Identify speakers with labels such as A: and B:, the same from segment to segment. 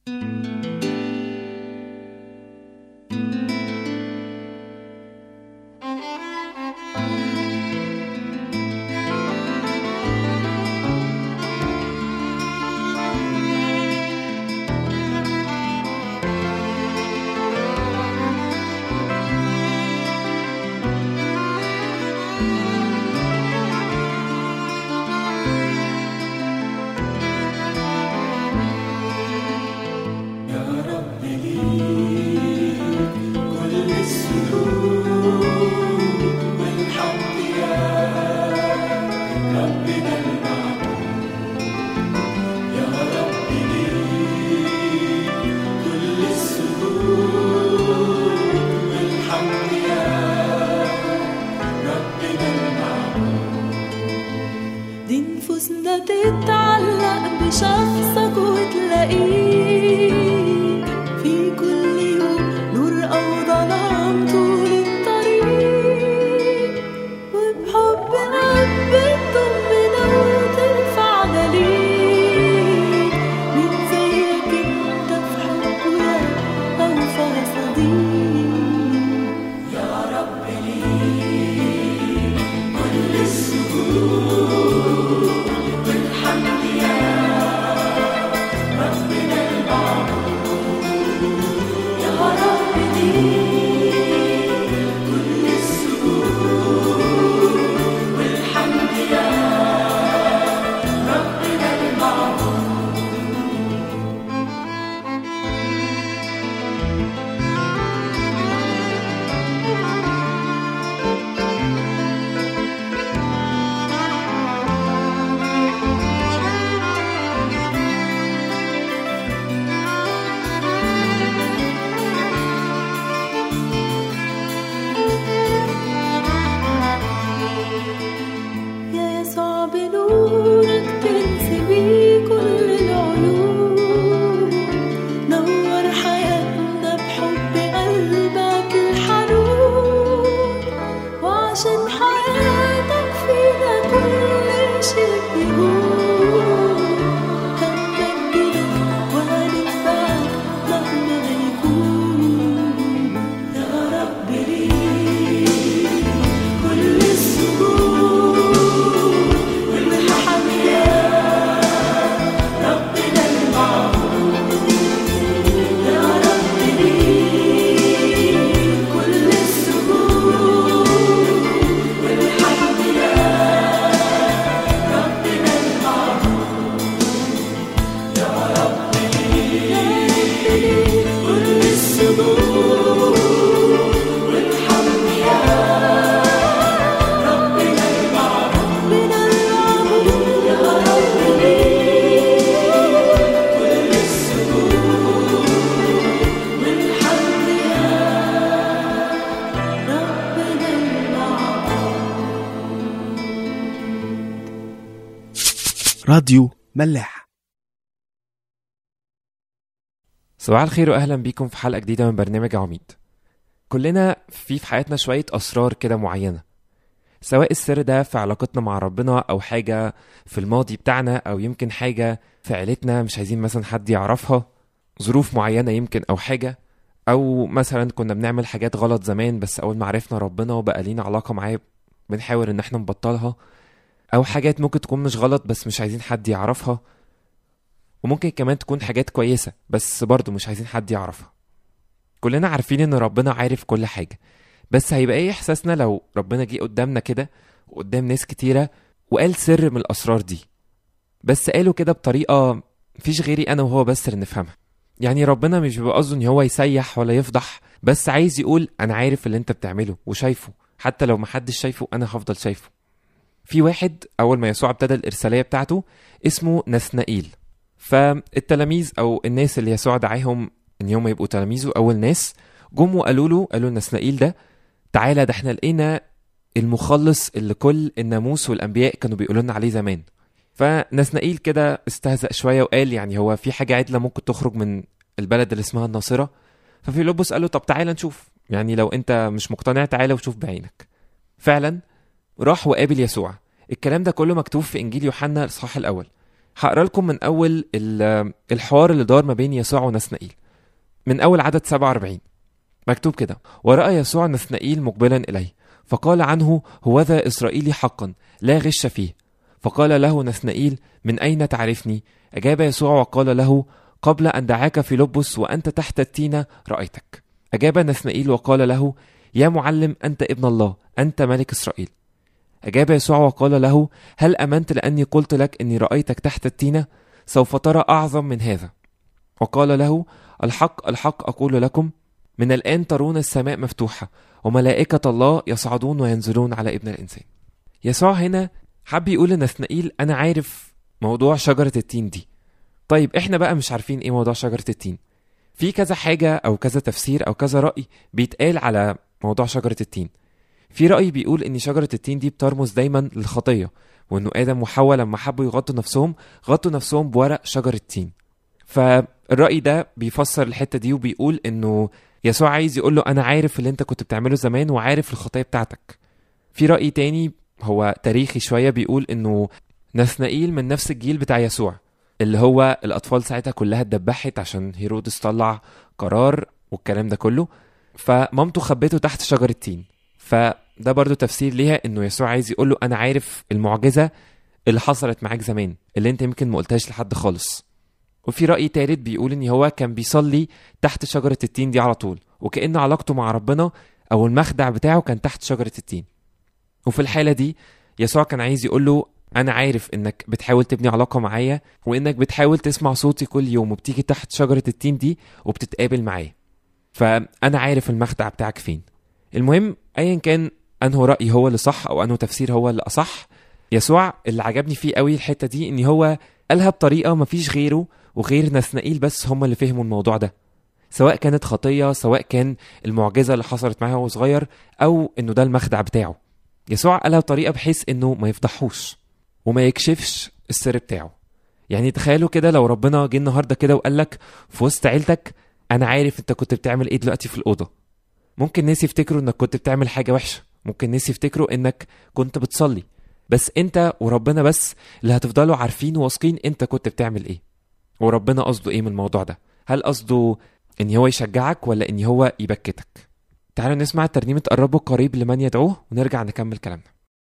A: راديو ملاح.
B: صباح الخير واهلا بيكم في حلقه جديده من برنامج عميد. كلنا في حياتنا شويه اسرار كده معينه، سواء السر ده في علاقتنا مع ربنا او حاجه في الماضي بتاعنا او يمكن حاجه في عيلتنا مش عايزين مثلا حد يعرفها، ظروف معينه يمكن او حاجه، او مثلا كنا بنعمل حاجات غلط زمان بس اول ما عرفنا ربنا وبقى لينا علاقه معاه بنحاول ان احنا نبطلها، او حاجات ممكن تكون مش غلط بس مش عايزين حد يعرفها، وممكن كمان تكون حاجات كويسة بس برضو مش عايزين حد يعرفها. كلنا عارفين ان ربنا عارف كل حاجة، بس هيبقى ايه احساسنا لو ربنا جه قدامنا كده وقدام ناس كتيرة وقال سر من الاسرار دي، بس قاله كده بطريقة مفيش غيري انا وهو بس اللي نفهمها. يعني ربنا مش بيبقى قصده ان هو يسيح ولا يفضح، بس عايز يقول انا عارف اللي انت بتعمله وشايفه، حتى لو محدش شايفه انا هفضل شايفه. في واحد اول ما يسوع ابتدى الارسالية بتاعته اسمه نثنائيل، فالتلاميذ او الناس اللي يسوع دعاهم ان يوم يبقوا تلاميذه اول ناس جم وقالوا له نثنائيل ده تعالى، ده احنا لقينا المخلص اللي كل الناموس والانبياء كانوا بيقولوا لنا عليه زمان. فنثنائيل كده استهزأ شويه وقال يعني هو في حاجه عدله ممكن تخرج من البلد اللي اسمها الناصره؟ ففيلبس قال له طب تعالى نشوف، يعني لو انت مش مقتنع تعالى وشوف بعينك. فعلا راح وقابل يسوع. الكلام ده كله مكتوب في انجيل يوحنا الاصحاح الاول. هقرأ لكم من أول الحوار اللي دار ما بين يسوع ونثنائيل من أول عدد 47. مكتوب كده: ورأى يسوع نثنائيل مقبلا إليه فقال عنه: هوذا إسرائيلي حقا لا غش فيه. فقال له نثنائيل: من أين تعرفني؟ أجاب يسوع وقال له: قبل أن دعاك فيلبس وأنت تحت التينة رأيتك. أجاب نثنائيل وقال له: يا معلم، أنت ابن الله، أنت ملك إسرائيل. أجاب يسوع وقال له: هل أمنت لأني قلت لك إني رأيتك تحت التينة؟ سوف ترى أعظم من هذا. وقال له: الحق الحق أقول لكم، من الآن ترون السماء مفتوحة وملائكة الله يصعدون وينزلون على ابن الإنسان. يسوع هنا حب يقول لنثنائيل: أنا عارف موضوع شجرة التين دي. طيب إحنا بقى مش عارفين إيه موضوع شجرة التين. في كذا حاجة أو كذا تفسير أو كذا رأي بيتقال على موضوع شجرة التين. في رأي بيقول إن شجرة التين دي بترمز دايما للخطية، وإنه آدم وحواء لما حبوا غطوا نفسهم بورق شجرة التين. فالرأي ده بيفسر الحتة دي وبيقول إنه يسوع عايز يقول له: أنا عارف اللي أنت كنت بتعمله زمان وعارف الخطية بتاعتك. في رأي تاني هو تاريخي شوية بيقول إنه نثنائيل من نفس الجيل بتاع يسوع، اللي هو الأطفال ساعتها كلها اتدبحت عشان هيرودس طلع قرار والكلام ده كله، فمامته خبته تحت شجرة تين. فده برضو تفسير ليها إنه يسوع عايز يقول له: أنا عارف المعجزة اللي حصلت معاك زمان اللي أنت يمكن ما قلتهاش لحد خالص. وفي رأي تالت بيقول إن هو كان بيصلي تحت شجرة التين دي على طول، وكأن علاقته مع ربنا أو المخدع بتاعه كان تحت شجرة التين. وفي الحالة دي يسوع كان عايز يقول له: أنا عارف إنك بتحاول تبني علاقة معايا، وإنك بتحاول تسمع صوتي كل يوم وبتيجي تحت شجرة التين دي وبتتقابل معايا، فأنا عارف المخدع بتاعك فين. المهم أيا كان أنه رأي هو اللي صح أو أنه تفسير هو اللي أصح، يسوع اللي عجبني فيه قوي الحتة دي إن هو قالها بطريقة مفيش غيره وغير نثنائيل بس هم اللي فهموا الموضوع ده، سواء كانت خطية، سواء كان المعجزة اللي حصلت معاه وهو صغير، أو إنه ده المخدع بتاعه. يسوع قالها بطريقة بحيث إنه ما يفضحوش وما يكشفش السر بتاعه. يعني تخيلوا كده لو ربنا جه النهاردة كده وقال لك في وسط عيلتك: أنا عارف أنت كنت بتعمل إيه دلوقتي في الأوضة. ممكن ناس يفتكروا إنك كنت بتعمل حاجة وحشة، ممكن ناس يفتكروا إنك كنت بتصلي، بس أنت وربنا بس اللي هتفضلوا عارفين وواثقين أنت كنت بتعمل إيه وربنا قصده إيه من الموضوع ده. هل قصده إن هو يشجعك ولا إن هو يبكتك؟ تعالوا نسمع ترنيمة قربوا قريب لمن يدعوه ونرجع نكمل كلامنا.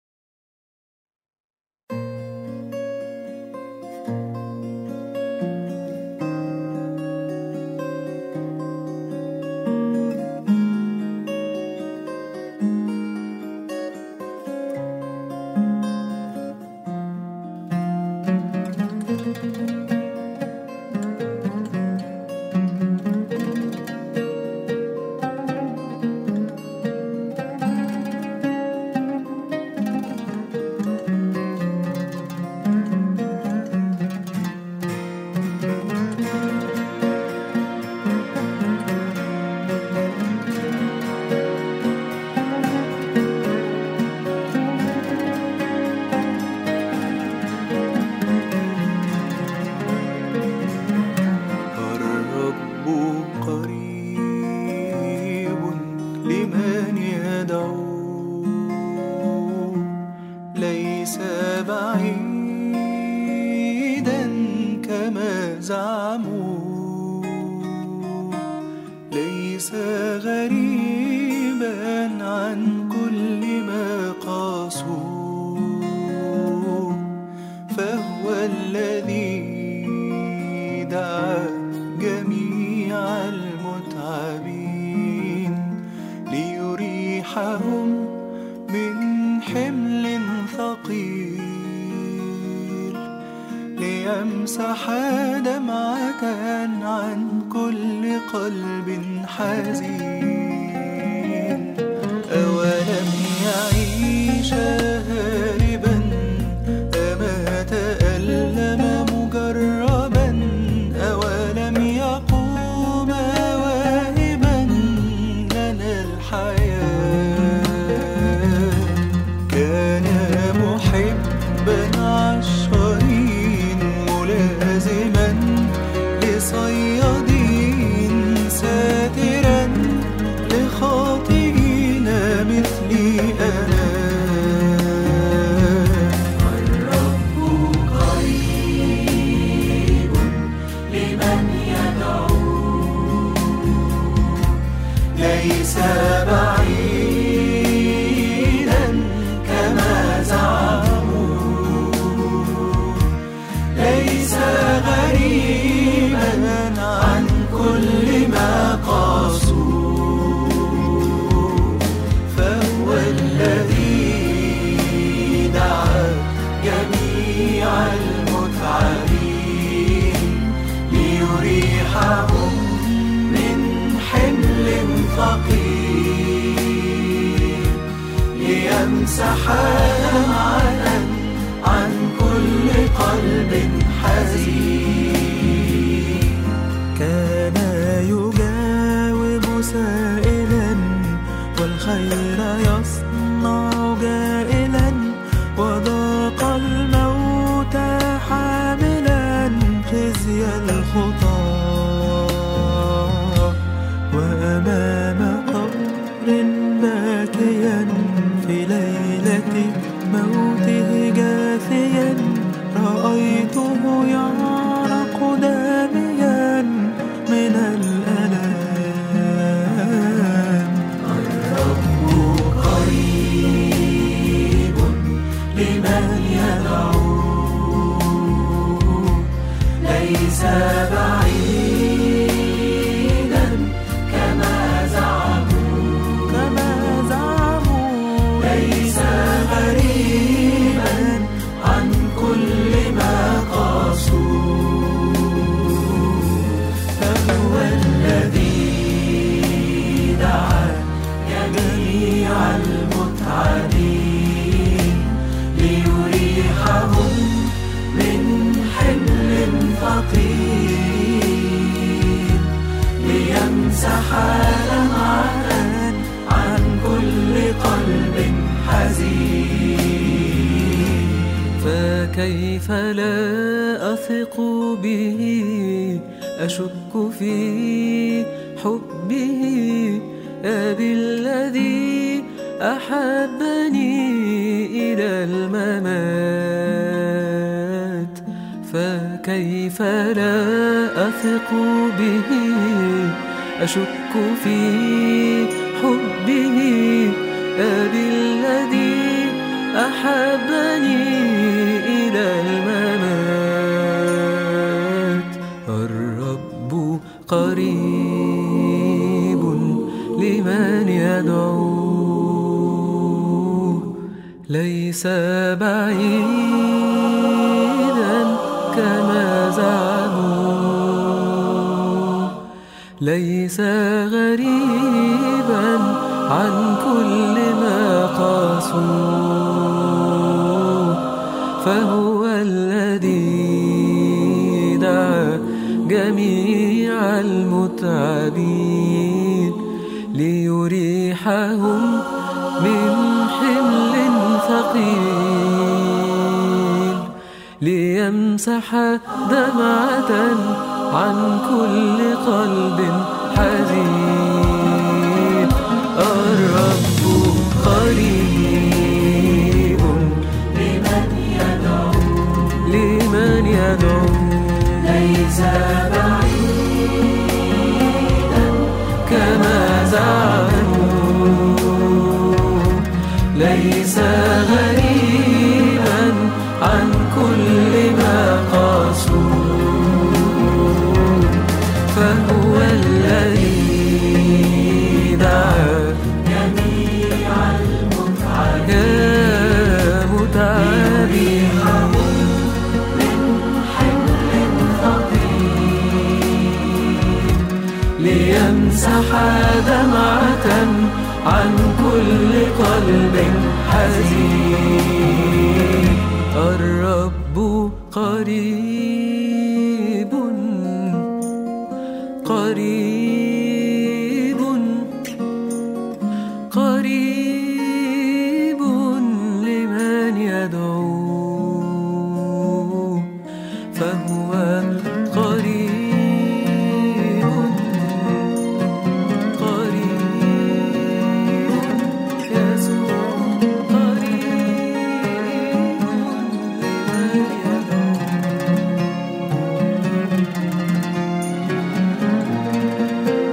C: ليمسح دمعة عن كل قلب حزين. أولم يعيش هاربا أما تألم مجربا، أولم يقوم واهبا لنا الحياة. كان محبا عشرين ملازما لصيادين، ساترا لخاطئين مثلي أنا. الرب قريب ليس بعيدا كما زعموا، ليس غريبا عن كل ما قاسوا، فهو الذي دعا جميع المتعبين ليريحهم من حمل ثقيل، ليمسح دمعة عن كل قلب حزين. كان يجاوب سائلا والخير يصنع جائلا، وذاق الموت حاملا خزي الخطى، وأمام قبر باكيا في ليلة موته جاثيا، رأيته يعرق داميا من الألام. الرب قريب لمن يدعوه، ليس بعيدا كما زعموا، ليس غريبا عن كل ما قاسوا، فهو الذي دعا جميع المتعبين ليريحهم من حمل ثقيل، ليمسح دمعة عن كل قلب حزين. فكيف لا أثق به، أشك في حبه، أبي الذي أحبني إلى الممات. فكيف لا أثق به، أشك في حبه، أبي الذي أحبني إلى الممات. الرب قريب لمن يدعوه، ليس بعيدا كما زعموا، ليس غريبا عن كل ما قاسوا، فهو الذي دعا جميع المتعبين ليريحهم من حمل ثقيل، ليمسح دمعة عن كل قلب حزين. الرب قريب لمن يدعو، ليس بعيدا كما زعموا، ليس غريبا عن كل ما قاسوا، فهو الذي دعا جميع المتعبين من حمل ثقيل، ليمسح دمعة عن كل قلب حزين. الرب قريب قريب قريب لمن يدعوه، فهو قريب قريب يسوع، قريب لمن يدعوه.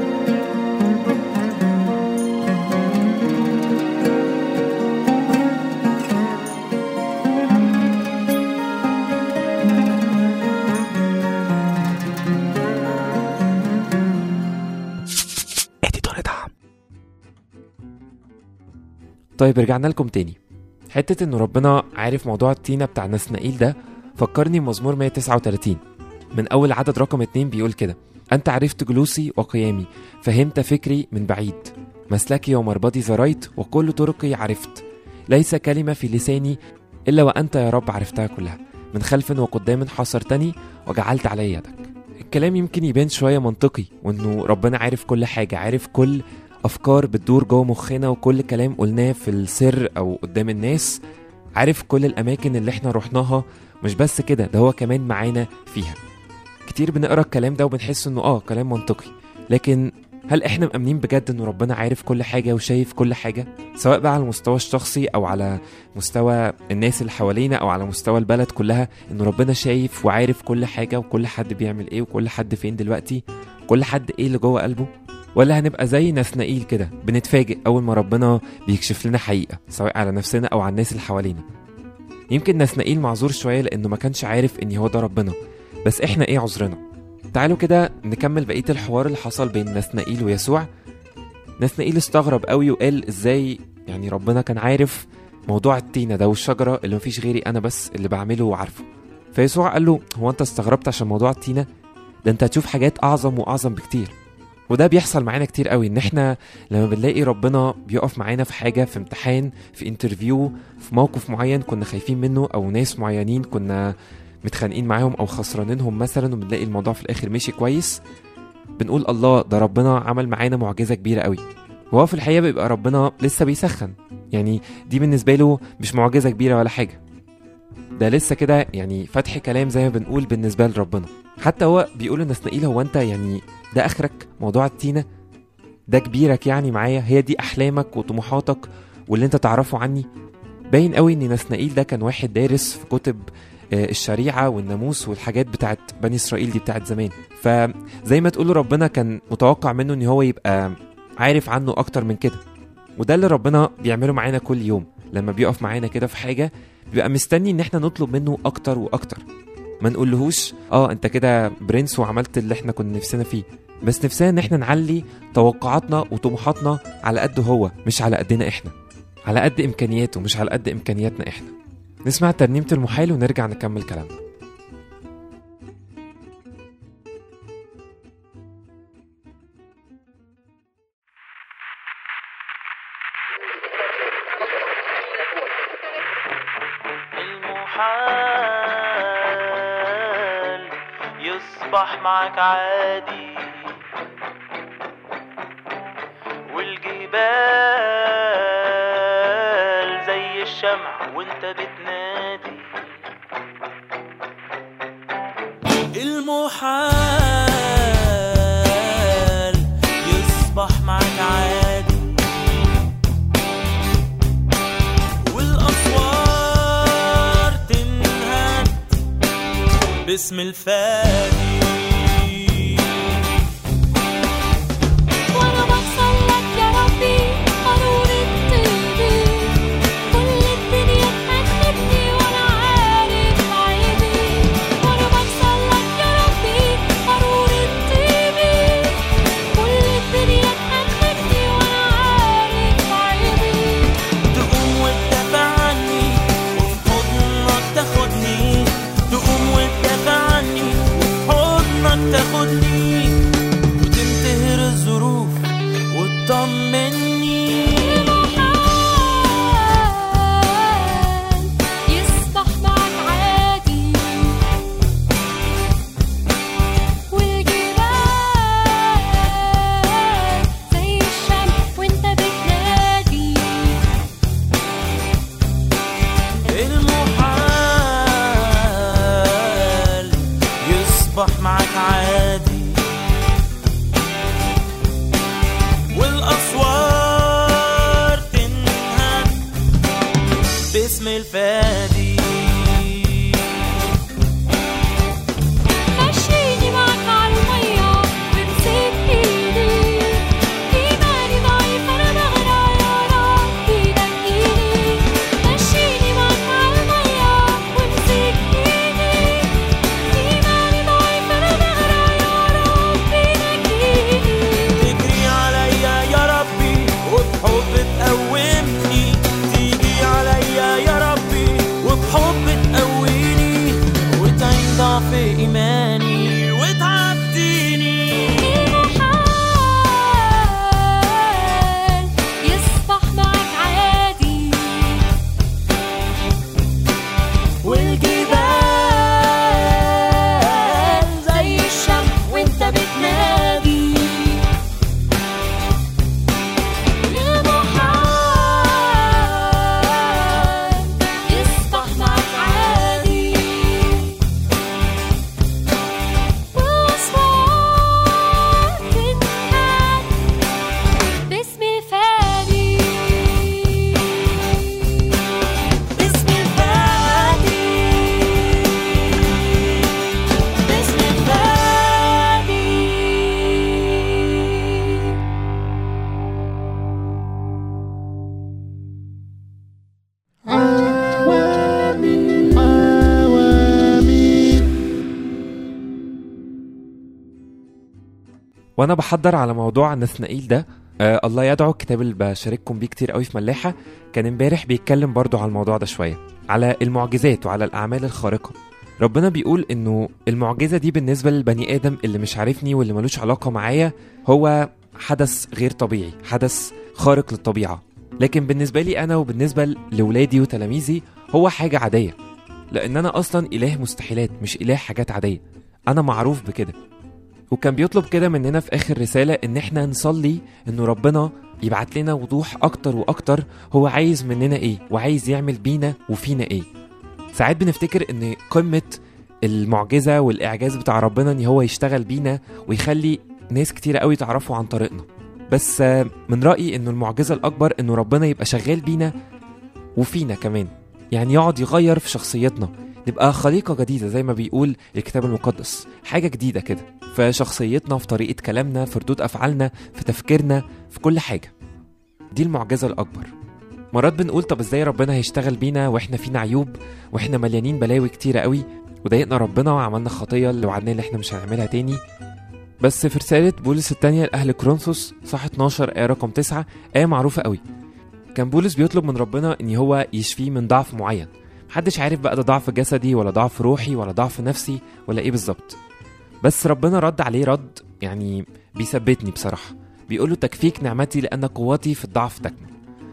B: طيب رجعنا لكم تاني. حتة انه ربنا عارف موضوع التينة بتاع نسنائيل ده فكرني بمزمور 139 من اول عدد رقم 2 بيقول كده: انت عرفت جلوسي وقيامي، فهمت فكري من بعيد، مسلكي ومربضي زريت، وكل طرقي عرفت، ليس كلمة في لساني إلا وأنت يا رب عرفتها كلها، من خلف وقدام حاصرتني وجعلت علي يدك. الكلام يمكن يبان شوية منطقي، وأنه ربنا عارف كل حاجة، عارف كل أفكار بتدور جوه مخنا، وكل كلام قلناه في السر أو قدام الناس، عارف كل الأماكن اللي احنا رحناها. مش بس كده، ده هو كمان معانا فيها. كتير بنقرأ الكلام ده وبنحس أنه كلام منطقي، لكن هل احنا مأمنين بجد انه ربنا عارف كل حاجة وشايف كل حاجة؟ سواء بقى على المستوى الشخصي او على مستوى الناس اللي حوالينا او على مستوى البلد كلها، انه ربنا شايف وعارف كل حاجة، وكل حد بيعمل ايه، وكل حد فين دلوقتي، كل حد ايه اللي جوه قلبه؟ ولا هنبقى زي نسنائيل كده بنتفاجئ اول ما ربنا بيكشف لنا حقيقة، سواء على نفسنا او على الناس اللي حوالينا؟ يمكن نسنائيل معذور شوية لانه ما كانش عارف ان هو ده ربنا، بس احنا ايه عذرنا؟ تعالوا كده نكمل بقية الحوار اللي حصل بين نسنائيل ويسوع. نسنائيل استغرب قوي وقال ازاي يعني ربنا كان عارف موضوع التينة ده والشجرة اللي مفيش غيري انا بس اللي بعمله وعارفه. فيسوع قال له: هو انت استغربت عشان موضوع التينة؟ ده انت هتشوف حاجات اعظم واعظم بكتير. وده بيحصل معانا كتير قوي، ان احنا لما بنلاقي ربنا بيقف معانا في حاجة، في امتحان، في انترفيو، في موقف معين كنا خايفين منه، او ناس معينين كنا متخانقين معاهم او خسرانينهم مثلا، وبنلاقي الموضوع في الاخر ماشي كويس، بنقول الله ده ربنا عمل معانا معجزة كبيرة قوي. وهو في الحقيقة بيبقى ربنا لسه بيسخن، يعني دي بالنسبة له مش معجزة كبيرة ولا حاجة، ده لسه كده يعني فتح كلام زي ما بنقول بالنسبة لربنا. حتى هو بيقول لنسنائيل: هو انت يعني ده اخرك موضوع التينة؟ ده كبيرك يعني معايا؟ هي دي احلامك وطموحاتك واللي انت تعرفه عني؟ باين قوي ان نسنائيل ده كان واحد دارس في كتب الشريعة والناموس والحاجات بتاعت بني إسرائيل دي بتاعت زمان، فزي ما تقولوا ربنا كان متوقع منه ان هو يبقى عارف عنه اكتر من كده. وده اللي ربنا بيعمله معانا كل يوم، لما بيقف معانا كده في حاجة بيبقى مستني ان احنا نطلب منه اكتر واكتر. ما نقولهوش انت كده برنس وعملت اللي احنا كنا نفسنا فيه، بس نفسنا ان احنا نعلي توقعاتنا وطموحاتنا على قد هو، مش على قدنا احنا، على قد امكانياته مش على قد امكانياتنا احنا. نسمع ترنيمة المحال ونرجع نكمل كلامنا.
D: المحال يصبح معك عادي، والجبال زي الشمع وانت بتنادي. المحال يصبح معك عادي، والأسوار تنهد باسم الفادي. تاخدني وتنتهر الظروف وتطمني.
E: المحال يصبح معك عادي، والجبال زي الشمس وانت بتنادي.
D: المحال يصبح معك عادي، والأسوار
B: وانا بحضر على موضوع نثنائيل ده، الله يدعو الكتاب اللي بشارككم بيه كتير قوي في ملاحة، كان امبارح بيتكلم برضو على الموضوع ده شوية، على المعجزات وعلى الأعمال الخارقة. ربنا بيقول انه المعجزة دي بالنسبة للبني آدم اللي مش عارفني واللي ملوش علاقة معايا هو حدث غير طبيعي، حدث خارق للطبيعة، لكن بالنسبة لي أنا وبالنسبة لولادي وتلاميذي هو حاجة عادية، لأن أنا أصلا إله مستحيلات مش إله حاجات عادية، أنا معروف بكده. وكان بيطلب كده مننا في آخر رسالة إن إحنا نصلي إنه ربنا يبعت لنا وضوح أكتر وأكتر هو عايز مننا إيه وعايز يعمل بينا وفينا إيه. ساعات بنفتكر إن قمة المعجزة والإعجاز بتاع ربنا إن هو يشتغل بينا ويخلي ناس كتير قوي تعرفوا عن طريقنا، بس من رأيي إنه المعجزة الأكبر إنه ربنا يبقى شغال بينا وفينا كمان، يعني يقعد يغير في شخصيتنا، نبقى خليقة جديدة زي ما بيقول الكتاب المقدس، حاجة جديدة كده في شخصيتنا، في طريقة كلامنا، في ردود أفعالنا، في تفكيرنا، في كل حاجة. دي المعجزة الأكبر. مرات بنقول طب إزاي ربنا هيشتغل بينا وإحنا فينا عيوب وإحنا مليانين بلاوي كتيرة قوي وضايقنا ربنا وعملنا خطية اللي وعدنا اللي إحنا مش هنعملها تاني. بس في رسالة بولس الثانية لأهل كورنثوس صح 12 آية رقم 9 آية معروفة قوي، كان بولس بيطلب من ربنا إن هو يشفيه من ضعف معين، محدش عارف بقى ده ضعف جسدي ولا ضعف روحي ولا ضعف نفسي ولا إيه بالظبط، بس ربنا رد عليه رد يعني بيثبتني بصراحة، بيقوله تكفيك نعمتي لأن قوتي في الضعف تكمن.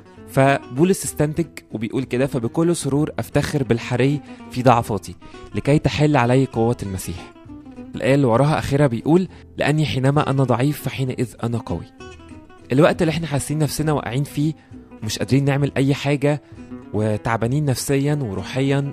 B: فبولس استنتج وبيقول كده فبكل سرور أفتخر بالحري في ضعفاتي لكي تحل علي قوة المسيح. الآية اللي وراها أخيرا بيقول لأني حينما أنا ضعيف فحينئذ أنا قوي. الوقت اللي احنا حاسين نفسنا واقعين فيه ومش قادرين نعمل أي حاجة وتعبانين نفسيا وروحيا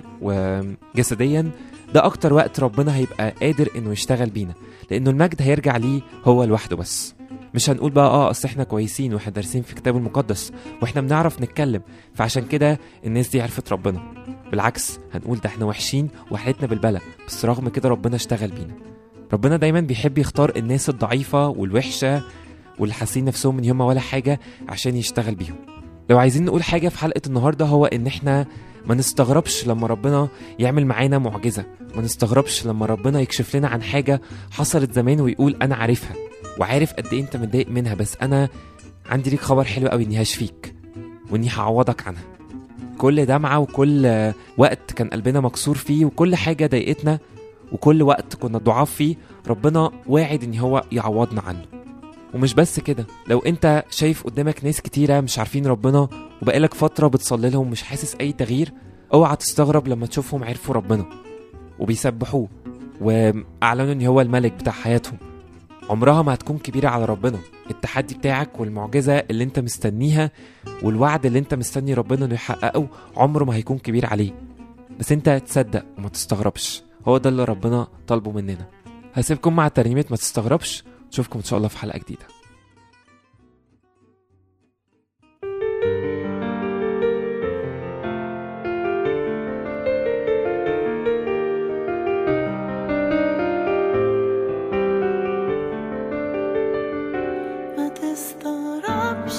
B: وجسديا، ده أكتر وقت ربنا هيبقى قادر إنه يشتغل بينا، لأنه المجد هيرجع ليه هو لوحده. بس مش هنقول بقى أصل احنا كويسين واحنا دارسين في كتاب المقدس واحنا بنعرف نتكلم فعشان كده الناس دي عرفت ربنا، بالعكس هنقول ده احنا وحشين وحالتنا بالبلة، بس رغم كده ربنا اشتغل بينا. ربنا دايما بيحب يختار الناس الضعيفة والوحشة واللي حاسين نفسهم من يوم ولا حاجة عشان يشتغل بيهم. لو عايزين نقول حاجة في حلقة النهاردة هو ان احنا ما نستغربش لما ربنا يعمل معانا معجزة، ما نستغربش لما ربنا يكشف لنا عن حاجة حصلت زمان ويقول انا عارفها وعارف قد ايه انت متضايق منها، بس انا عندي ليك خبر حلو قوي اني هشفيك واني هعوضك عنها. كل دمعة وكل وقت كان قلبنا مكسور فيه وكل حاجة ضايقتنا وكل وقت كنا ضعاف فيه ربنا واعد ان هو يعوضنا عنه. ومش بس كده، لو انت شايف قدامك ناس كتيرة مش عارفين ربنا وبقالك فترة بتصلي لهم مش حاسس اي تغيير، اوعى تستغرب لما تشوفهم عرفوا ربنا وبيسبحوه واعلنوا ان هو الملك بتاع حياتهم. عمرها ما هتكون كبيرة على ربنا. التحدي بتاعك والمعجزة اللي انت مستنيها والوعد اللي انت مستني ربنا انه يحققه عمره ما هيكون كبير عليه، بس انت تصدق وما تستغربش، هو ده اللي ربنا طالبه مننا. هسيبكم مع الترنيمة ما تستغربش، نشوفكم ان شاء الله في حلقة جديدة.
C: ما تستغربش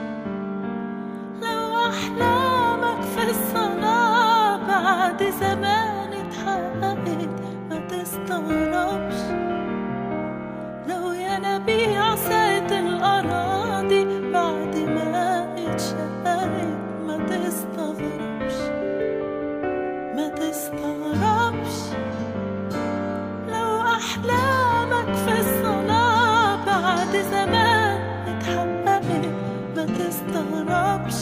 C: لو أحلامك في الصلاة بعد زمان اتحققت، ما تستغربش لو ينابيع سقت الأراضي بعد ما اتشققت، ما تستغربش ما تستغربش لو أحلامك في الصلاة بعد زمان اتحققت، ما تستغربش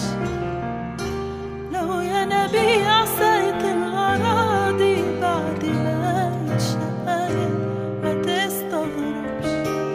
C: لو ينابيع سقت الأراضي بعد ما اتشققت، ما تستغربش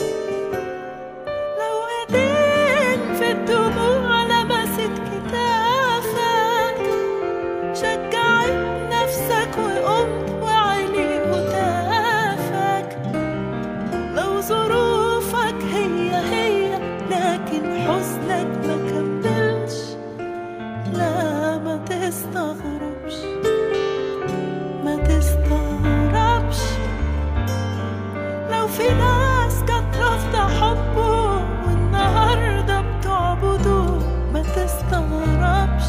C: لو ايدين في الدموع لمست كتافك شجعت نفسك وقمت وعلي هتافك، لو ظروفك هي لكن حزنك ما كملش، لا ما تستغربش ما تستغربش لو في ناس كانت رافضة حبه والنهاردة بتعبده، ما تستغربش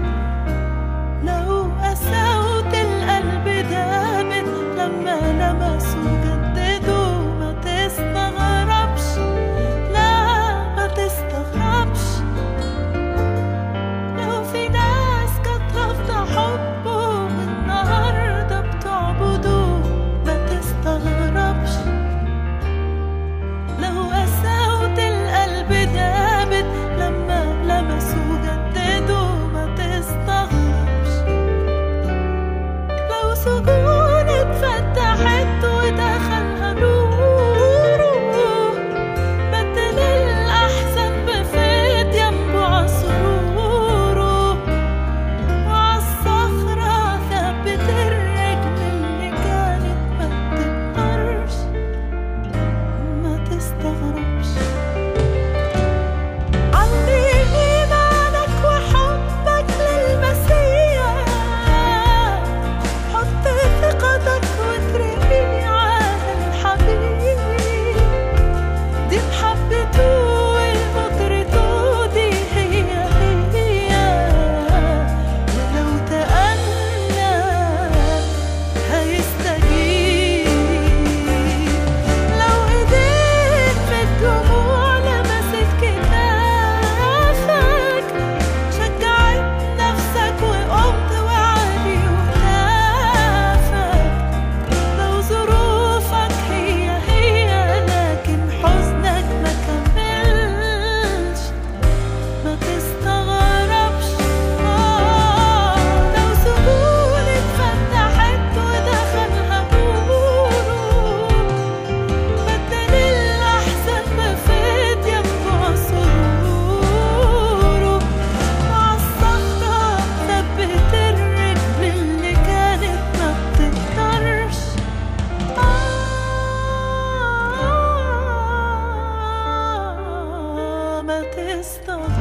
C: لو قساوة القلب دامت لما لمسوا جددوا، ما تستغربش تستغربش